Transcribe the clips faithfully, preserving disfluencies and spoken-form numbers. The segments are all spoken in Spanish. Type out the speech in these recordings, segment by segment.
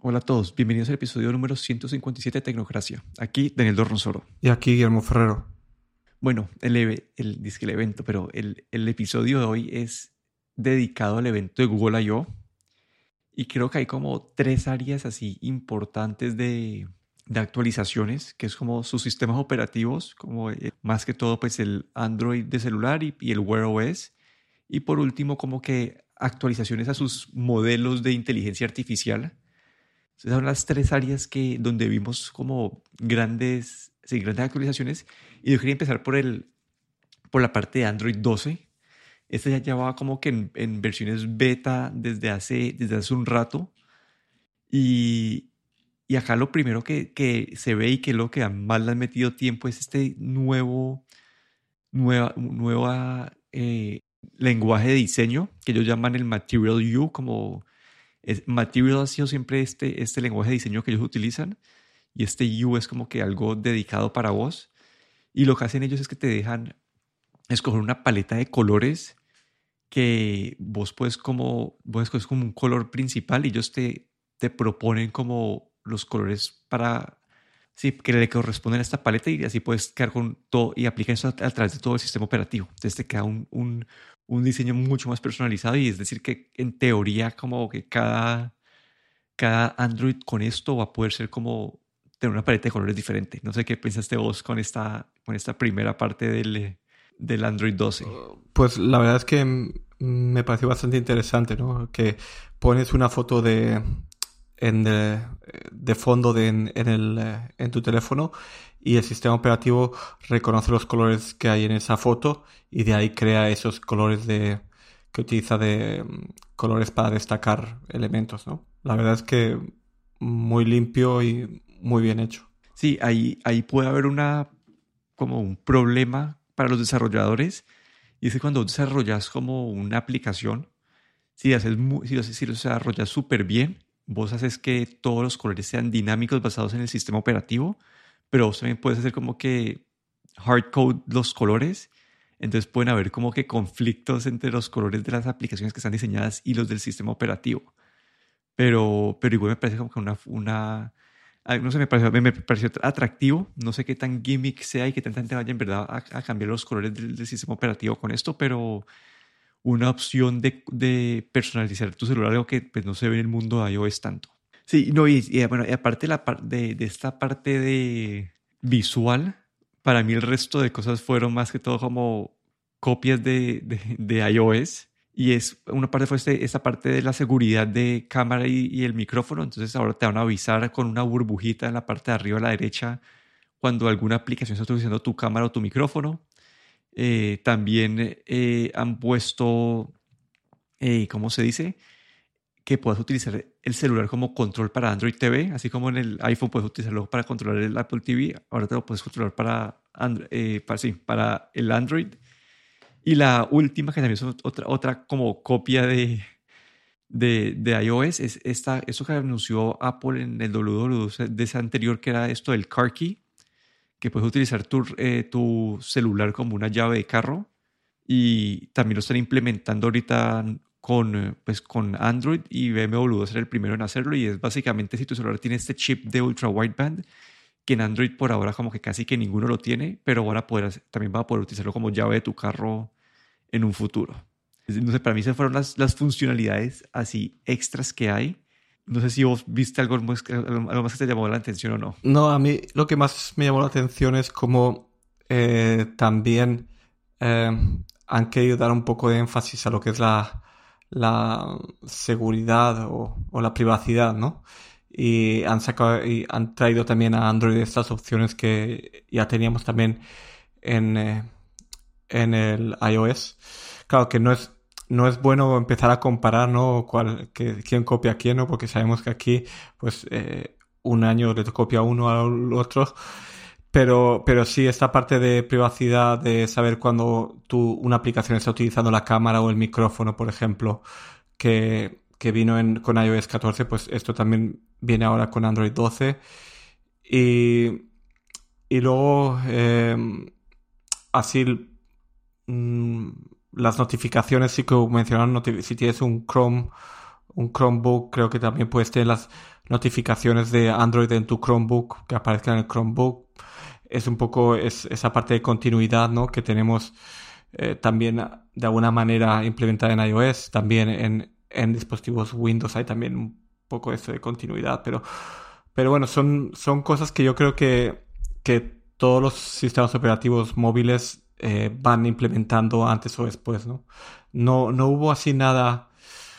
Hola a todos, bienvenidos al episodio número ciento cincuenta y siete de Tecnocracia. Aquí Daniel Dorronsoro. Y aquí Guillermo Ferrero. Bueno, el, eve- el, dizque el evento, pero el, el episodio de hoy es dedicado al evento de Google I O. Y creo que hay como tres áreas así importantes de, de actualizaciones, que es como sus sistemas operativos, como eh, más que todo pues el Android de celular y, y el Wear O S. Y por último como que actualizaciones a sus modelos de inteligencia artificial. Esas son las tres áreas que, donde vimos como grandes, sí, grandes actualizaciones. Y yo quería empezar por, el, por la parte de Android doce. Esta ya llevaba como que en, en versiones beta desde hace, desde hace un rato. Y, y acá lo primero que, que se ve y que es lo que más le han metido tiempo es este nuevo, nueva, nueva eh, lenguaje de diseño que ellos llaman el Material U, como es, Material ha sido siempre este, este lenguaje de diseño que ellos utilizan y este U es como que algo dedicado para vos. Y lo que hacen ellos es que te dejan escoger una paleta de colores que vos puedes como, vos escoges como un color principal y ellos te, te proponen como los colores para, sí, que le corresponden a esta paleta y así puedes quedar con todo y aplicar eso a, a través de todo el sistema operativo. Entonces te queda un, un, un diseño mucho más personalizado y es decir que en teoría como que cada, cada Android con esto va a poder ser como tener una paleta de colores diferente. No sé qué pensaste vos con esta, con esta primera parte del, del Android doce. Pues la verdad es que mm, me pareció bastante interesante, ¿no? Que pones una foto de en de, de fondo de, en, en, el, eh, en tu teléfono y el sistema operativo reconoce los colores que hay en esa foto y de ahí crea esos colores de que utiliza de mm, colores para destacar elementos, ¿no? La verdad es que muy limpio y muy bien hecho. Sí, ahí, ahí puede haber una, como un problema para los desarrolladores y es que cuando desarrollas como una aplicación, si, haces mu- si, lo, si lo desarrollas súper bien, vos haces que todos los colores sean dinámicos basados en el sistema operativo, pero vos también puedes hacer como que hardcode los colores, entonces pueden haber como que conflictos entre los colores de las aplicaciones que están diseñadas y los del sistema operativo. Pero, pero igual me parece como que una, una ah, no sé, me pareció, me, me pareció atractivo. No sé qué tan gimmick sea y qué tanta gente vaya en verdad a, a cambiar los colores del, del sistema operativo con esto, pero una opción de, de personalizar tu celular, algo que pues, no se ve en el mundo de iOS tanto. Sí, no, y, y, bueno, y aparte la par- de, de esta parte de visual, para mí el resto de cosas fueron más que todo como copias de, de, de iOS. Y es una parte fue este, esta parte de la seguridad de cámara y, y el micrófono. Entonces ahora te van a avisar con una burbujita en la parte de arriba a la derecha cuando alguna aplicación está utilizando tu cámara o tu micrófono. Eh, también eh, han puesto, eh, ¿cómo se dice? Que puedas utilizar el celular como control para Android T V, así como en el iPhone puedes utilizarlo para controlar el Apple T V, ahora te lo puedes controlar para, Andro- eh, para, sí, para el Android. Y la última, que también es otra, otra como copia de, de, de iOS, es esta, esto que anunció Apple en el W W D C anterior, que era esto del Car Key, que puedes utilizar tu, eh, tu celular como una llave de carro y también lo están implementando ahorita con, eh, pues, con Android y B M W va a ser el primero en hacerlo y es básicamente si tu celular tiene este chip de ultra wideband que en Android por ahora como que casi que ninguno lo tiene, pero van a poder hacer- también va a poder utilizarlo como llave de tu carro en un futuro. Es- No sé, para mí esas fueron las, las funcionalidades así extras que hay. No sé si vos viste algo más, algo más que te llamó la atención o no. No, a mí lo que más me llamó la atención es cómo eh, también eh, han querido dar un poco de énfasis a lo que es la, la seguridad o, o la privacidad, ¿no? Y han sacado y han traído también a Android estas opciones que ya teníamos también en, eh, en el iOS. Claro que no es, no es bueno empezar a comparar, ¿no? Cuál, que, quién copia a quién, ¿no? Porque sabemos que aquí, pues, eh, un año le copia uno al otro. Pero, pero sí, esta parte de privacidad, de saber cuando tú, una aplicación está utilizando la cámara o el micrófono, por ejemplo, que, que vino en, con iOS catorce, pues esto también viene ahora con Android doce. Y, y luego, eh, así, mm, las notificaciones sí que mencionaron, noti- si tienes un Chrome, un Chromebook, creo que también puedes tener las, notificaciones de Android en tu Chromebook, que aparezcan en el Chromebook. Es un poco es, esa parte de continuidad, ¿no? Que tenemos eh, también de alguna manera implementada en iOS, también en, en dispositivos Windows hay también un poco eso de continuidad, pero, pero bueno, son, son cosas que yo creo que, que todos los sistemas operativos móviles eh, van implementando antes o después, ¿no? No, no hubo así nada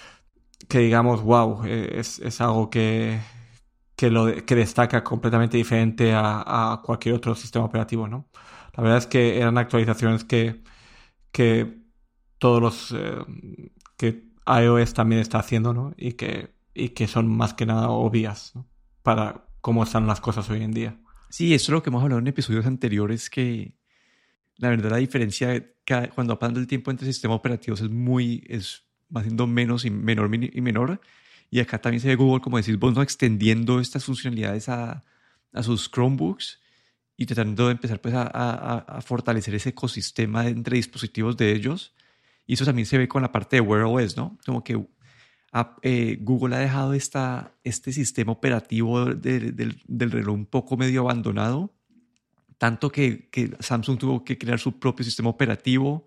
que digamos, wow, eh, es, es algo que, que, lo, que destaca completamente diferente a, a cualquier otro sistema operativo, ¿no? La verdad es que eran actualizaciones que, que todos los eh, que iOS también está haciendo, ¿no? Y que, y que son más que nada obvias, ¿no? Para cómo están las cosas hoy en día. Sí, eso es lo que hemos hablado en episodios anteriores, que la verdad la diferencia cada- cuando va pasando el tiempo entre sistemas operativos es muy, es va siendo menos y menor mini- y menor. Y acá también se ve Google, como decís vos, ¿no? Extendiendo estas funcionalidades a, a sus Chromebooks y tratando de empezar pues a, a- a fortalecer ese ecosistema entre dispositivos de ellos. Y eso también se ve con la parte de Wear O S, ¿no? Como que a- eh, Google ha dejado esta, este sistema operativo de- del del reloj un poco medio abandonado, tanto que, que Samsung tuvo que crear su propio sistema operativo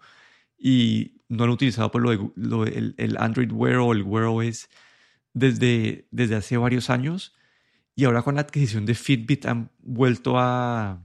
y no han utilizado pues, lo de Gu- lo de- el, el Android Wear o el Wear O S desde, desde hace varios años. Y ahora con la adquisición de Fitbit han vuelto a,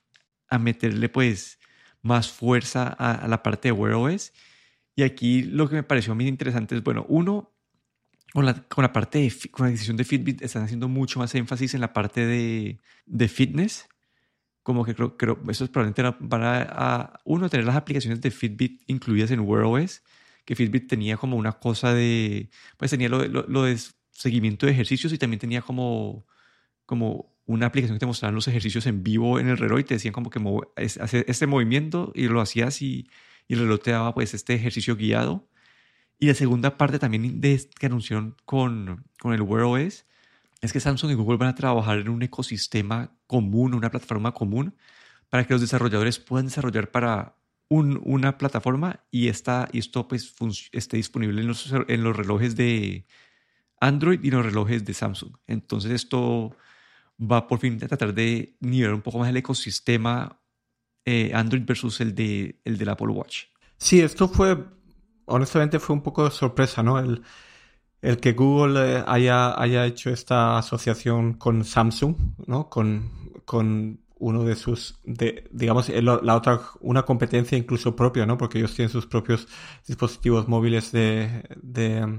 a meterle pues más fuerza a, a la parte de Wear O S. Y aquí lo que me pareció muy interesante es, bueno, uno, con la, con la parte de, fi- con la adquisición de Fitbit están haciendo mucho más énfasis en la parte de, de fitness. Como que creo, creo eso es probablemente era para a, uno tener las aplicaciones de Fitbit incluidas en Wear O S, que Fitbit tenía como una cosa de, pues tenía lo, de- lo, lo de seguimiento de ejercicios y también tenía como, como una aplicación que te mostraban los ejercicios en vivo en el reloj y te decían como que move- es- hace este movimiento y lo hacías y, y el reloj te daba pues este ejercicio guiado. Y la segunda parte también de, que anunciaron con, con el Wear O S es que Samsung y Google van a trabajar en un ecosistema común, una plataforma común, para que los desarrolladores puedan desarrollar para un- una plataforma y, esta, y esto pues, func- esté disponible en los, en los relojes de Android y los relojes de Samsung. Entonces esto va por fin a tratar de nivelar un poco más el ecosistema eh, Android versus el, de, el del Apple Watch. Sí, esto fue, honestamente fue un poco de sorpresa, ¿no? El, el que Google eh, haya, haya hecho esta asociación con Samsung, ¿no? Con, con uno de sus, de, digamos, el- la otra, una competencia incluso propia, ¿no? Porque ellos tienen sus propios dispositivos móviles de, de,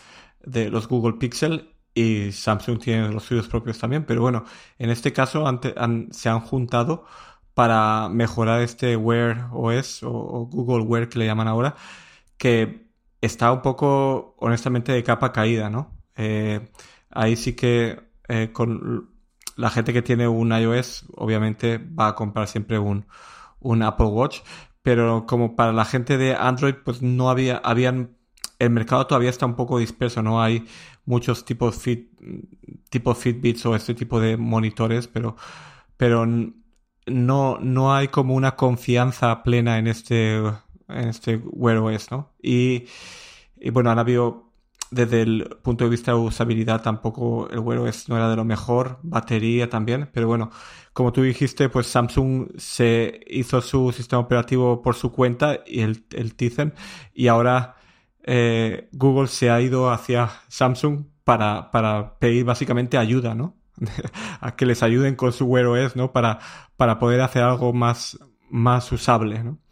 de los Google Pixel y Samsung tiene los suyos propios también. Pero bueno, en este caso ante- han- se han juntado para mejorar este Wear O S o, o Google Wear que le llaman ahora, que está un poco, honestamente, de capa caída, ¿no? Eh, ahí sí que eh, con la gente que tiene un iOS, obviamente va a comprar siempre un, un Apple Watch, pero como para la gente de Android, pues no había, habían, el mercado todavía está un poco disperso, no hay muchos tipos fit, tipo Fitbits o este tipo de monitores, pero, pero no, no hay como una confianza plena en este, en este Wear O S, ¿no? Y, y bueno, han habido, desde el punto de vista de usabilidad, tampoco el Wear O S no era de lo mejor, batería también, pero bueno, como tú dijiste, pues Samsung se hizo su sistema operativo por su cuenta y el, el Tizen, y ahora eh, Google se ha ido hacia Samsung para, para pedir básicamente ayuda, ¿no? A que les ayuden con su Wear O S, ¿no? Para, para poder hacer algo más, más usable, ¿no?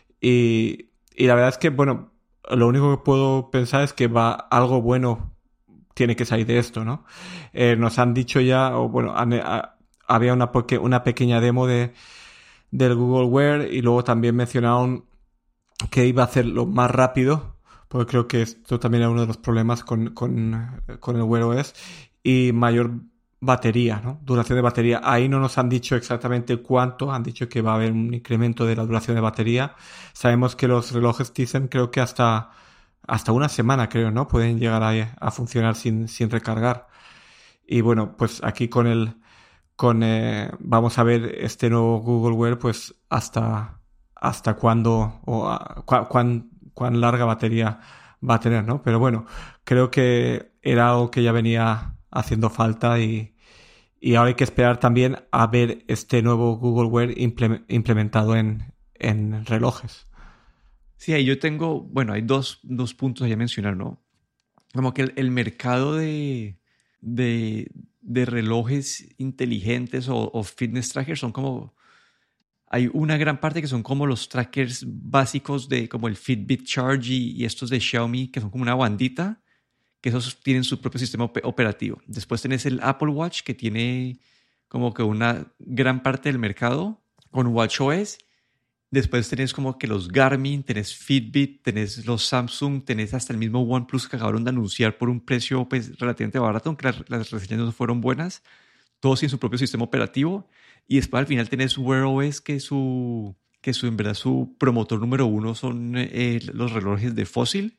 Y, y la verdad es que, bueno, lo único que puedo pensar es que va algo bueno tiene que salir de esto, ¿no? Eh, nos han dicho ya, o bueno, han- a- había una, poque- una pequeña demo de, del Google Wear y luego también mencionaron que iba a hacerlo más rápido, porque creo que esto también era uno de los problemas con, con, con el Wear O S, y mayor batería, ¿no? Duración de batería. Ahí no nos han dicho exactamente cuánto, han dicho que va a haber un incremento de la duración de batería. Sabemos que los relojes Tizen creo que hasta, hasta una semana, creo, ¿no? Pueden llegar a, a funcionar sin, sin recargar. Y bueno, pues aquí con el, con, eh, vamos a ver este nuevo Google Wear, pues hasta, hasta cuándo o a- cua- cuán, cuán larga batería va a tener, ¿no? Pero bueno, creo que era algo que ya venía haciendo falta y, y ahora hay que esperar también a ver este nuevo Google Wear imple- implementado en, en relojes. Sí, ahí yo tengo, bueno, hay dos, dos puntos ahí a mencionar, ¿no? Como que el, el mercado de, de, de relojes inteligentes o, o fitness trackers son como, hay una gran parte que son como los trackers básicos de como el Fitbit Charge y, y estos de Xiaomi que son como una bandita, que esos tienen su propio sistema op- operativo. Después tenés el Apple Watch que tiene como que una gran parte del mercado con WatchOS. Después tenés como que los Garmin, tenés Fitbit, tenés los Samsung, tenés hasta el mismo OnePlus que acabaron de anunciar por un precio pues, relativamente barato, aunque las, las reseñas no fueron buenas. Todos tienen su propio sistema operativo. Y después al final tenés Wear O S, que su, que su, en verdad su promotor número uno son eh, los relojes de Fossil.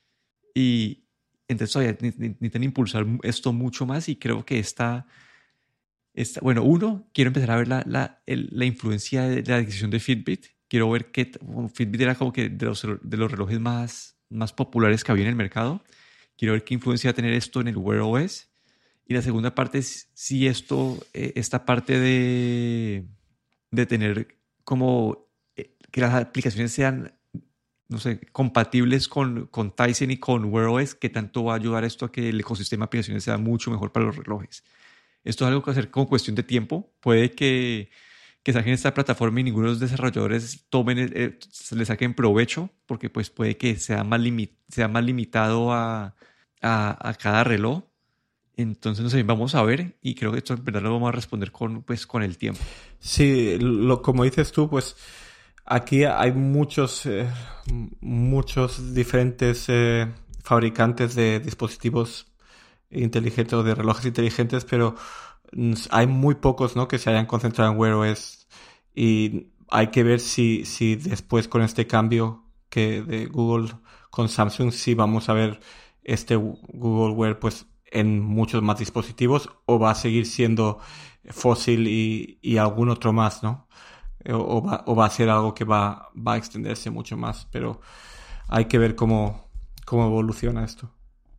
Y entonces todavía necesitan impulsar esto mucho más y creo que esta... esta bueno, uno, quiero empezar a ver la, la, el- la influencia de la adquisición de Fitbit. Quiero ver qué... t- bueno, Fitbit era como que de los, de los relojes más, más populares que había en el mercado. Quiero ver qué influencia va a tener esto en el Wear O S. Y la segunda parte es si esto, eh, esta parte de, de tener como eh, que las aplicaciones sean, no sé, compatibles con, con Tizen y con Wear O S, que tanto va a ayudar esto a que el ecosistema de aplicaciones sea mucho mejor para los relojes. Esto es algo que va a ser como cuestión de tiempo. Puede que, que saquen esta plataforma y ninguno de los desarrolladores tomen, el- eh, se le saquen provecho, porque pues puede que sea más, limi- sea más limitado a, a, a cada reloj. Entonces, no sé, vamos a ver y creo que esto en verdad lo vamos a responder con, pues, con el tiempo. Sí, lo, como dices tú, pues aquí hay muchos, eh, muchos diferentes eh, fabricantes de dispositivos inteligentes o de relojes inteligentes, pero mm, hay muy pocos, ¿no?, que se hayan concentrado en Wear O S y hay que ver si, si después con este cambio que de Google con Samsung, si vamos a ver este Google Wear pues en muchos más dispositivos o va a seguir siendo Fossil y, y algún otro más, ¿no? O, o va, o va a ser algo que va, va a extenderse mucho más, pero hay que ver cómo, cómo evoluciona esto.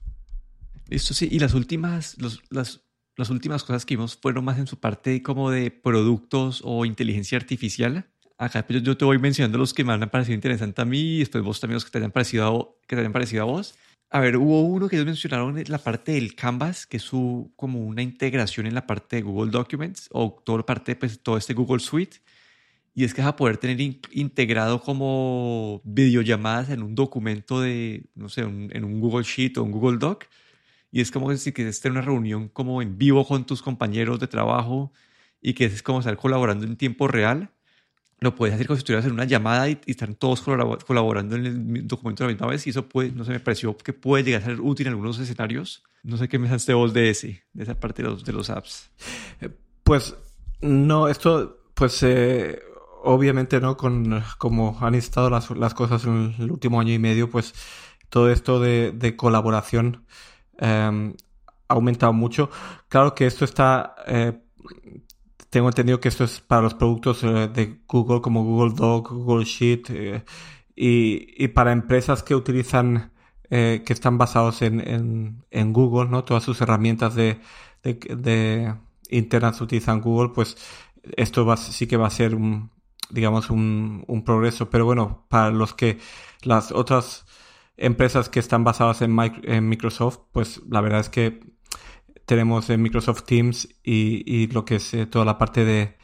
Listo, sí. Y las últimas, los- las, las últimas cosas que vimos fueron más en su parte como de productos o inteligencia artificial. Acá pues, yo, yo te voy mencionando los que me han parecido interesantes a mí y después vos también los que te hayan parecido a, vo- que te hayan parecido a vos. A ver, hubo uno que ellos mencionaron, la parte del Canvas, que es su, como una integración en la parte de Google Documents o toda la parte, pues todo este Google Suite. Y es que vas a poder tener in- integrado como videollamadas en un documento de, no sé, un- en un Google Sheet o un Google Doc. Y es como si quieres tener una reunión como en vivo con tus compañeros de trabajo y que es como estar colaborando en tiempo real. Lo puedes hacer como si estuvieras en una llamada y, y están todos colabo- colaborando en el mi- documento a la misma vez. Y eso puede, no sé, me pareció que puede llegar a ser útil en algunos escenarios. No sé qué me pensaste vos de ese, de esa parte de los, de los apps. Pues no, esto, pues eh, obviamente, ¿no? Con como han estado las, las cosas en el último año y medio, pues todo esto de, de colaboración eh, ha aumentado mucho. Claro que esto está, eh, tengo entendido que esto es para los productos eh, de Google como Google Doc, Google Sheet eh, y, y para empresas que utilizan, eh, que están basados en, en, en Google, ¿no? Todas sus herramientas de, de, de internas utilizan Google, pues esto va, sí que va a ser un, digamos, un, un progreso. Pero bueno, para los que las otras empresas que están basadas en, mic- en Microsoft, pues la verdad es que tenemos en Microsoft Teams y, y lo que es eh, toda la parte de,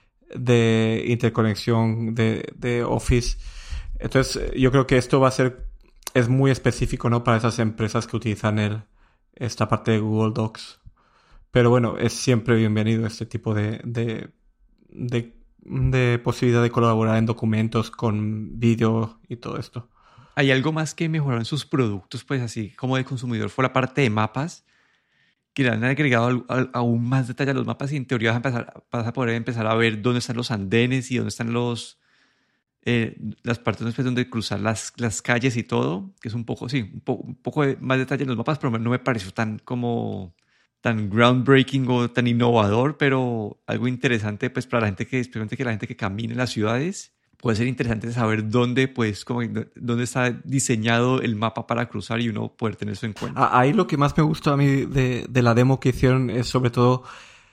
de interconexión de, de Office. Entonces, eh, yo creo que esto va a ser, es muy específico, ¿no? Para esas empresas que utilizan el, esta parte de Google Docs. Pero bueno, es siempre bienvenido este tipo de, de, de, de posibilidad de colaborar en documentos con vídeo y todo esto. ¿Hay algo más que mejoraron en sus productos, pues así como de consumidor? Fue la parte de mapas, que le han agregado al- al- aún más detalle a los mapas y en teoría vas a, empezar, vas a poder empezar a ver dónde están los andenes y dónde están los, eh, las partes después donde cruzar las, las calles y todo, que es un poco, sí, un, po- un poco de más detalle en los mapas, pero no me pareció tan como tan groundbreaking o tan innovador, pero algo interesante pues para la gente que, especialmente que la gente que camina en las ciudades. puede ser interesante saber dónde, pues, como, dónde está diseñado el mapa para cruzar y uno poder tener eso en cuenta. Ahí lo que más me gustó a mí de, de la demo que hicieron es sobre todo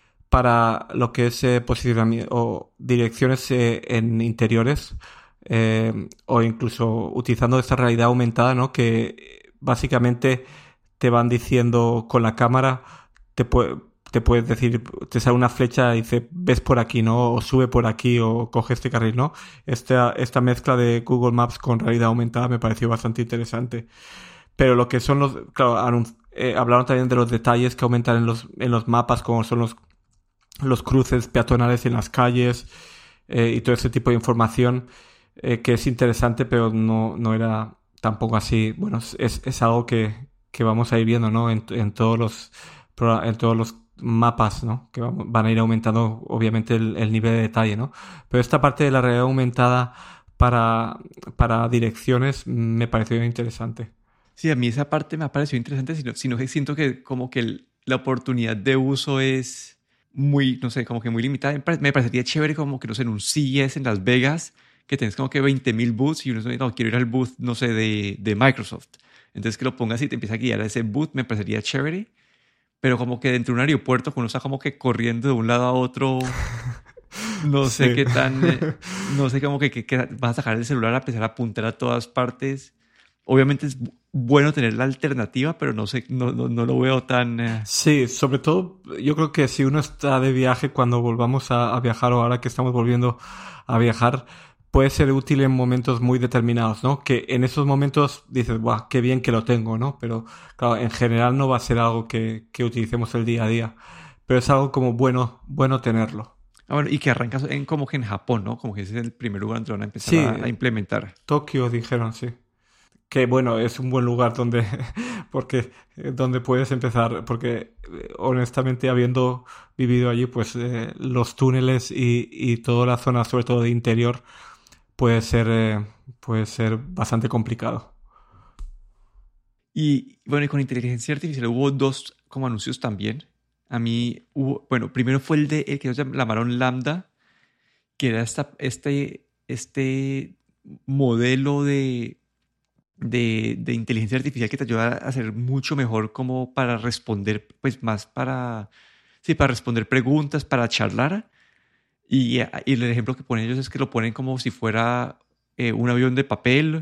para lo que es eh, posicionamiento o direcciones eh, en interiores, eh, o incluso utilizando esta realidad aumentada, ¿no? Que básicamente te van diciendo con la cámara, te, puede, te puedes decir, te sale una flecha y dice, ves por aquí, ¿no? O sube por aquí o coge este carril, ¿no? Esta, esta mezcla de Google Maps con realidad aumentada me pareció bastante interesante. Pero lo que son los, claro, anun- eh, hablaron también de los detalles que aumentan en los, en los mapas, como son los los cruces peatonales en las calles, eh, y todo ese tipo de información, eh, que es interesante, pero no, no era tampoco así. Bueno, es, es algo que, que vamos a ir viendo, ¿no? En, en todos los en todos los mapas, ¿no? Que vamos, van a ir aumentando, obviamente, el, el nivel de detalle, ¿no? Pero esta parte de la realidad aumentada para, para direcciones me pareció interesante. Sí, a mí esa parte me ha parecido interesante, sino, sino que siento que como que el- la oportunidad de uso es muy, no sé, como que muy limitada. Me pare- me parecería chévere como que, no sé, en un C E S en Las Vegas, que tenés como que veinte mil booths y uno dice, no, quiero ir al booth, no sé, de, de Microsoft. Entonces que lo pongas y te empieza a guiar a ese booth, me parecería chévere. Pero como que dentro de un aeropuerto, cuando uno está como que corriendo de un lado a otro, no sé Sí. qué tan, eh, no sé cómo que, que- que vas a sacar el celular a empezar a apuntar a todas partes. Obviamente es bu- bueno tener la alternativa, pero no sé, no, no, no lo veo tan... eh, Sí, sobre todo yo creo que si uno está de viaje, cuando volvamos a, a viajar o ahora que estamos volviendo a viajar, puede ser útil en momentos muy determinados, ¿no? Que en esos momentos dices, ¡buah, qué bien que lo tengo!, ¿no? Pero claro, en general no va a ser algo que, que utilicemos el día a día. Pero es algo como bueno, bueno tenerlo. Ah, bueno, y que arrancas en, como que en Japón, ¿no? Como que ese es el primer lugar donde van a empezar Sí, a, a implementar. Tokio dijeron, sí. Que bueno, es un buen lugar donde, porque, eh, donde puedes empezar, porque eh, honestamente habiendo vivido allí, pues eh, los túneles y, y toda la zona, sobre todo de interior, puede ser, eh, puede ser bastante complicado. Y bueno, y con inteligencia artificial hubo dos como anuncios también. A mí hubo, bueno, primero fue el de el que ellos llam- llamaron Lambda, que era esta, este, este modelo de, de, de inteligencia artificial que te ayuda a hacer mucho mejor como para responder, pues más para, sí, para responder preguntas, para charlar. Y, eh, y el ejemplo que ponen ellos es que lo ponen como si fuera eh, un avión de papel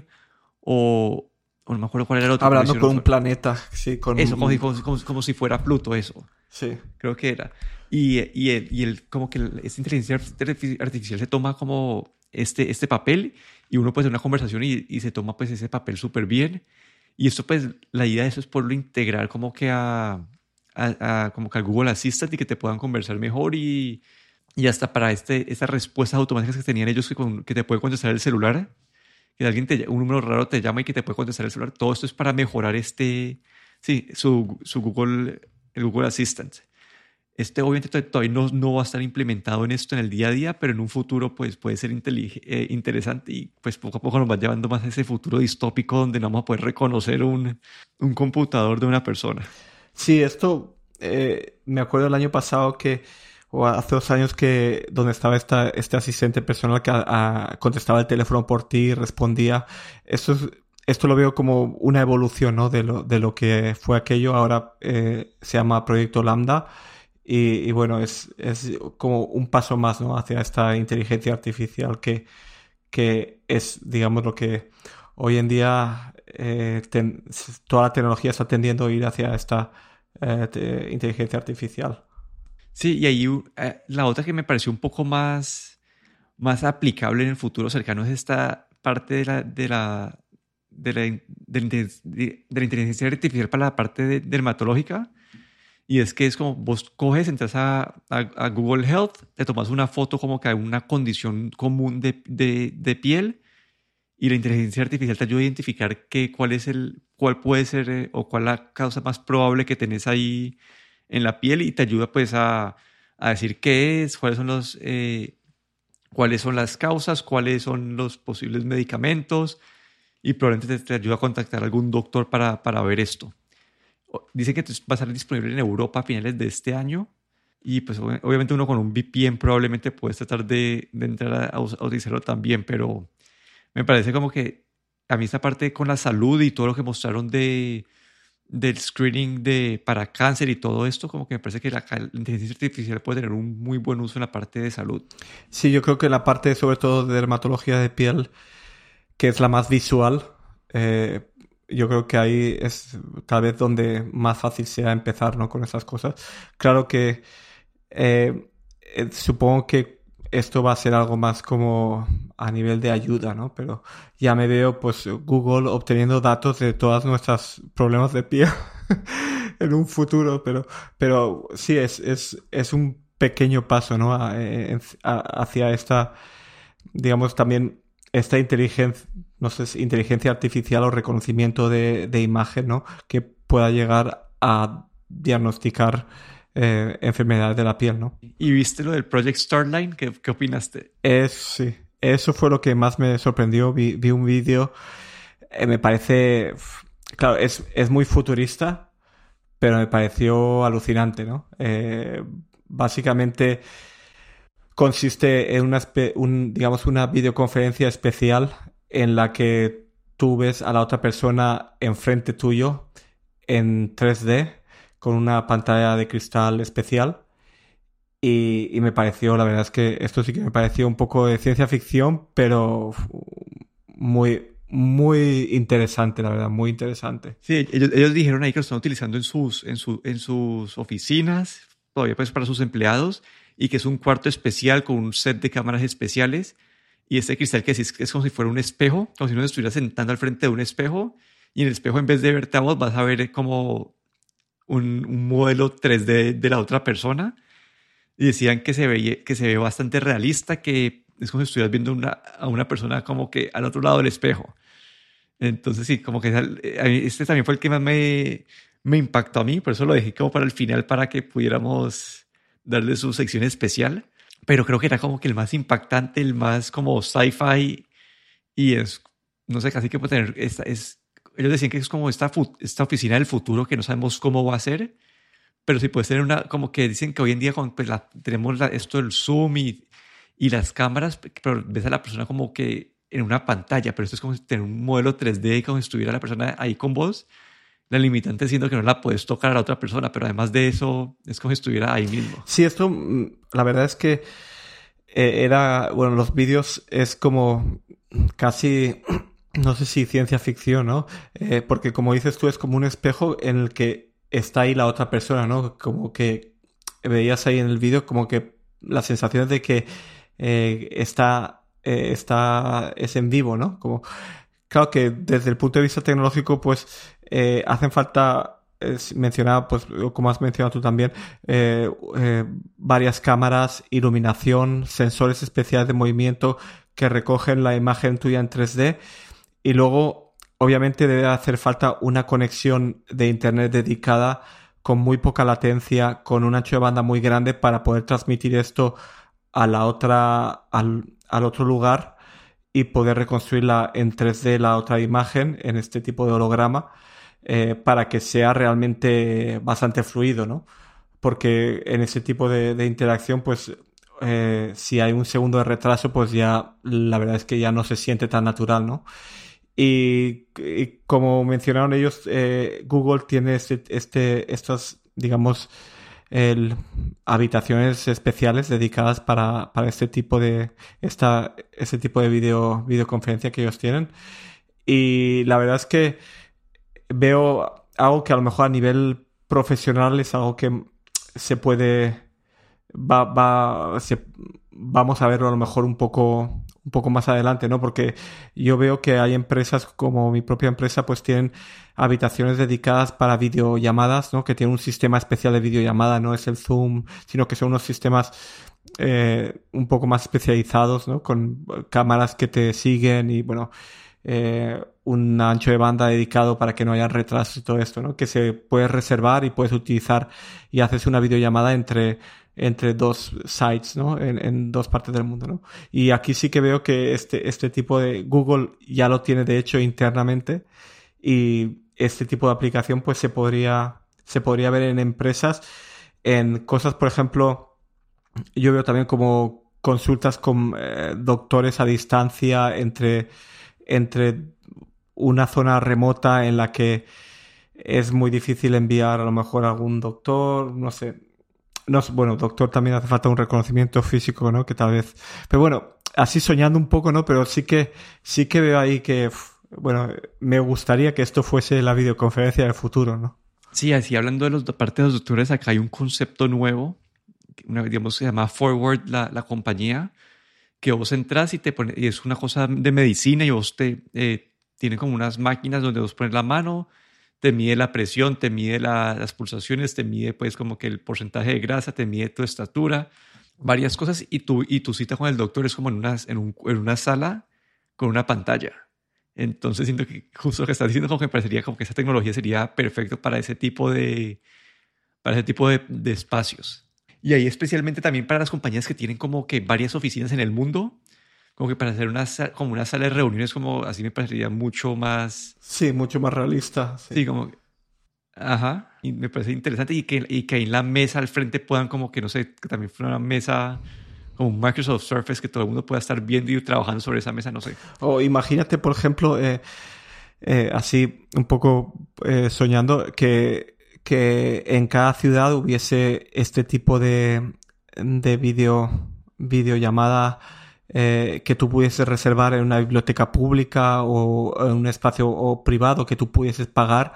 o, o no me acuerdo cuál era el otro que Hablando con mencionó. un Fue- planeta, sí, con Eso, como si, un... como, como- como si fuera Pluto, eso. Sí. Creo que era. Y, y, el, y el, como que el- esta inteligencia artifi- artificial se toma como este, este papel y uno puede hacer una conversación y, y se toma pues ese papel súper bien. Y esto pues, la idea de eso es poderlo integrar como que a, a, a- como que al Google Assistant y que te puedan conversar mejor y, y hasta para este, estas respuestas automáticas que tenían ellos que, con- que te puede contestar el celular, que alguien te, ll- un número raro te llama y que te puede contestar el celular. Todo esto es para mejorar este, sí, su, su Google, el Google Assistant. Este obviamente to- todavía no, no va a estar implementado en esto en el día a día, pero en un futuro pues puede ser intelig- eh, interesante y pues poco a poco nos va llevando más a ese futuro distópico donde no vamos a poder reconocer un, un computador de una persona. Sí, esto eh, me acuerdo el año pasado que, o hace dos años que, donde estaba esta, este asistente personal que a- a- contestaba el teléfono por ti y respondía. Esto es, esto lo veo como una evolución, ¿no? De lo, de lo que fue aquello. Ahora eh, se llama Proyecto Lambda. Y, y bueno, es, es como un paso más, ¿no? Hacia esta inteligencia artificial que, que es, digamos, lo que hoy en día eh, ten- toda la tecnología está tendiendo a ir hacia esta eh, te- inteligencia artificial. Sí, y ahí uh, eh, la otra que me pareció un poco más, más aplicable en el futuro cercano es esta parte de la, de la, de la, in- de la inte- de- de la inteligencia artificial para la parte de- dermatológica. Y es que es como vos coges, entras a, a- a Google Health, te tomas una foto como que hay una condición común de, de- de piel y la inteligencia artificial te ayuda a identificar qué, cuál es el, cuál puede ser eh, o cuál es la causa más probable que tenés ahí en la piel y te ayuda pues a, a decir qué es, cuáles son los, eh, cuáles son las causas, cuáles son los posibles medicamentos y probablemente te, te ayuda a contactar a algún doctor para, para ver esto. O- Dice que va a estar disponible en Europa a finales de este año Y pues ob- obviamente uno con un V P N probablemente puedes tratar de, de entrar a, a us- a utilizarlo también, pero me parece como que a mí esta parte con la salud y todo lo que mostraron de, del screening de, para cáncer y todo esto, como que me parece que la, cal- la inteligencia artificial puede tener un muy buen uso en la parte de salud. Sí, yo creo que la parte sobre todo de dermatología de piel, que es la más visual, eh, yo creo que ahí es tal vez donde más fácil sea empezar, ¿no? Con esas cosas. Claro que eh, eh, supongo que esto va a ser algo más como a nivel de ayuda, ¿no? Pero ya me veo pues Google obteniendo datos de todas nuestras problemas de piel en un futuro, pero, pero sí, es, es, es un pequeño paso, ¿no? A- en- a- hacia esta, digamos, también esta inteligencia, no sé, si inteligencia artificial o reconocimiento de, de imagen, ¿no? Que pueda llegar a diagnosticar eh, enfermedades de la piel, ¿no? ¿Y viste lo del Project Starline? ¿Qué, qué opinaste? Es, sí, eso fue lo que más me sorprendió. Vi, vi un vídeo, eh, me parece, f- claro, es, es muy futurista, pero me pareció alucinante, ¿no? Eh, básicamente consiste en una, espe- un, digamos, una videoconferencia especial en la que tú ves a la otra persona enfrente tuyo en tres D con una pantalla de cristal especial. Y, y me pareció, la verdad es que esto sí que me pareció un poco de ciencia ficción, pero uf, muy, muy interesante, la verdad, muy interesante. Sí, ellos, ellos dijeron ahí que lo están utilizando en sus, en su, en sus oficinas, todavía pues para sus empleados, y que es un cuarto especial con un set de cámaras especiales. Y este cristal que decís que es como si fuera un espejo, como si uno estuviera sentando al frente de un espejo, y en el espejo en vez de verte a vos vas a ver como un, un modelo tres D de la otra persona. Y decían que se veía, que se ve bastante realista, que es como si estuvieras viendo una, a una persona como que al otro lado del espejo. Entonces sí, como que esa- eh, a mí este también fue el que más me, me impactó a mí, por eso lo dejé como para el final para que pudiéramos darle su sección especial. Pero creo que era como que el más impactante, el más como sci-fi y es, no sé, casi que puede tener, esta, es, ellos decían que es como esta, fu- esta oficina del futuro que no sabemos cómo va a ser, pero sí puede ser una, como que dicen que hoy en día con, pues, la- tenemos la- esto del Zoom y, y las cámaras, pero ves a la persona como que en una pantalla, pero esto es como si tener un modelo tres D, como si estuviera la persona ahí con vos. La limitante siendo que no la puedes tocar a la otra persona, pero además de eso, es como si estuviera ahí mismo. Sí, esto, mm, la verdad es que eh, era, bueno, los vídeos es como casi, no sé si ciencia ficción, ¿no? Eh, porque como dices tú, es como un espejo en el que está ahí la otra persona, ¿no? Como que veías ahí en el vídeo como que la sensación de que eh, está, eh, está, es en vivo, ¿no? Como, claro que desde el punto de vista tecnológico, pues eh, hacen falta, eh, mencionaba, pues como has mencionado tú también, eh, eh, varias cámaras, iluminación, sensores especiales de movimiento que recogen la imagen tuya en tres D y luego, obviamente, debe hacer falta una conexión de internet dedicada con muy poca latencia, con un ancho de banda muy grande para poder transmitir esto a la otra, al, al otro lugar y poder reconstruirla en tres D la otra imagen en este tipo de holograma eh, para que sea realmente bastante fluido, ¿no? Porque en ese tipo de, de interacción, pues eh, si hay un segundo de retraso, pues ya la verdad es que ya no se siente tan natural, ¿no? Y, y como mencionaron ellos, eh, Google tiene este, este, estas, digamos, el, habitaciones especiales dedicadas para, para este tipo de, esta, este tipo de video, videoconferencia que ellos tienen. Y la verdad es que veo algo que a lo mejor a nivel profesional es algo que se puede, va, va, se, vamos a verlo a lo mejor un poco, un poco más adelante, ¿no? Porque yo veo que hay empresas como mi propia empresa, pues tienen habitaciones dedicadas para videollamadas, ¿no? Que tienen un sistema especial de videollamada, no es el Zoom, sino que son unos sistemas eh, un poco más especializados, ¿no? Con cámaras que te siguen y, bueno, eh, un ancho de banda dedicado para que no haya retrasos y todo esto, ¿no? Que se puede reservar y puedes utilizar y haces una videollamada entre, entre dos sites, ¿no? En, en dos partes del mundo, ¿no? Y aquí sí que veo que este, este tipo de Google ya lo tiene de hecho internamente y este tipo de aplicación pues se podría, se podría ver en empresas en cosas, por ejemplo, yo veo también como consultas con eh, doctores a distancia entre, entre una zona remota en la que es muy difícil enviar a lo mejor a algún doctor, no sé. No, sé, bueno, doctor también hace falta un reconocimiento físico, ¿no? Que tal vez... Pero bueno, así soñando un poco, ¿no? Pero sí que, sí que veo ahí que, bueno, me gustaría que esto fuese la videoconferencia del futuro, ¿no? Sí, así hablando de los parte de los doctores, acá hay un concepto nuevo, una, digamos, se llama Forward la, la compañía, que vos entras y te pones, y es una cosa de medicina y vos te, eh, tienen como unas máquinas donde vos pones la mano, te mide la presión, te mide la, las pulsaciones, te mide pues como que el porcentaje de grasa, te mide tu estatura, varias cosas y tu, y tu cita con el doctor es como en una, en, un, en una sala con una pantalla. Entonces siento que justo lo que estás diciendo como que me parecería como que esa tecnología sería perfecto para ese tipo de, para ese tipo de, de espacios. Y ahí especialmente también para las compañías que tienen como que varias oficinas en el mundo, como que para hacer una, como una sala de reuniones, como así me parecería mucho más... Sí, mucho más realista. Sí, sí como... Ajá, y me parece interesante y que, y que ahí en la mesa al frente puedan como que, no sé, que también fuera una mesa como un Microsoft Surface que todo el mundo pueda estar viendo y trabajando sobre esa mesa, no sé. O imagínate, por ejemplo, eh, eh, así un poco eh, soñando, que, que en cada ciudad hubiese este tipo de, de video, videollamada eh, que tú pudieses reservar en una biblioteca pública o en un espacio o privado que tú pudieses pagar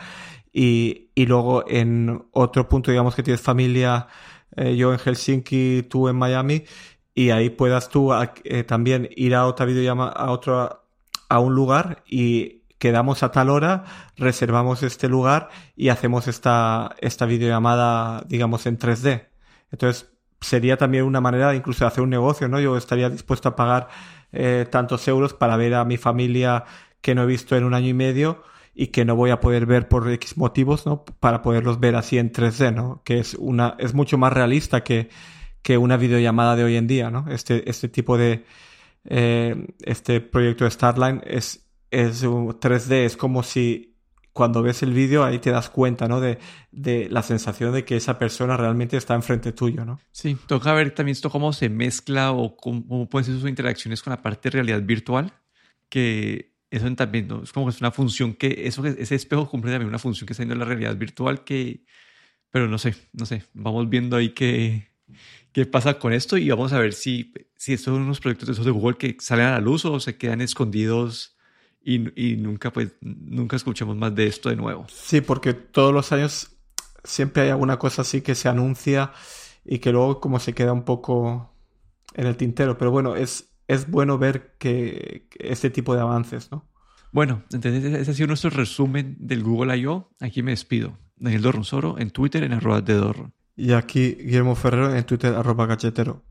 y, y luego en otro punto, digamos que tienes familia, eh, yo en Helsinki, tú en Miami, y ahí puedas tú eh, también ir a otra videollamada, a otro, a un lugar y quedamos a tal hora, reservamos este lugar y hacemos esta, esta videollamada, digamos, en tres D. Entonces, sería también una manera de incluso hacer un negocio, ¿no? Yo estaría dispuesto a pagar eh, tantos euros para ver a mi familia que no he visto en un año y medio y que no voy a poder ver por X motivos, ¿no? Para poderlos ver así en tres D, ¿no? Que es una, es mucho más realista que, que una videollamada de hoy en día, ¿no? Este, este tipo de, eh, este proyecto de Starline es, es un tres D, es como si cuando ves el vídeo ahí te das cuenta, ¿no? De, de la sensación de que esa persona realmente está enfrente tuyo, ¿no? Sí, toca ver también esto cómo se mezcla o cómo, cómo pueden ser sus interacciones con la parte de realidad virtual, que eso también, ¿no? Es como que es una función que, eso, ese espejo cumple también una función que está haciendo la realidad virtual que, pero no sé, no sé, vamos viendo ahí qué, qué pasa con esto y vamos a ver si, si estos son unos proyectos de esos de Google que salen a la luz o se quedan escondidos y, y nunca, pues, nunca escuchamos más de esto de nuevo. Sí, porque todos los años siempre hay alguna cosa así que se anuncia y que luego como se queda un poco en el tintero. Pero bueno, es, es bueno ver que, que este tipo de avances, ¿no? Bueno, entonces ese ha sido nuestro resumen del Google I O. Aquí me despido. Daniel Dorronsoro en Twitter en arroba de Dorro. Y aquí Guillermo Ferrero en Twitter arroba cachetero.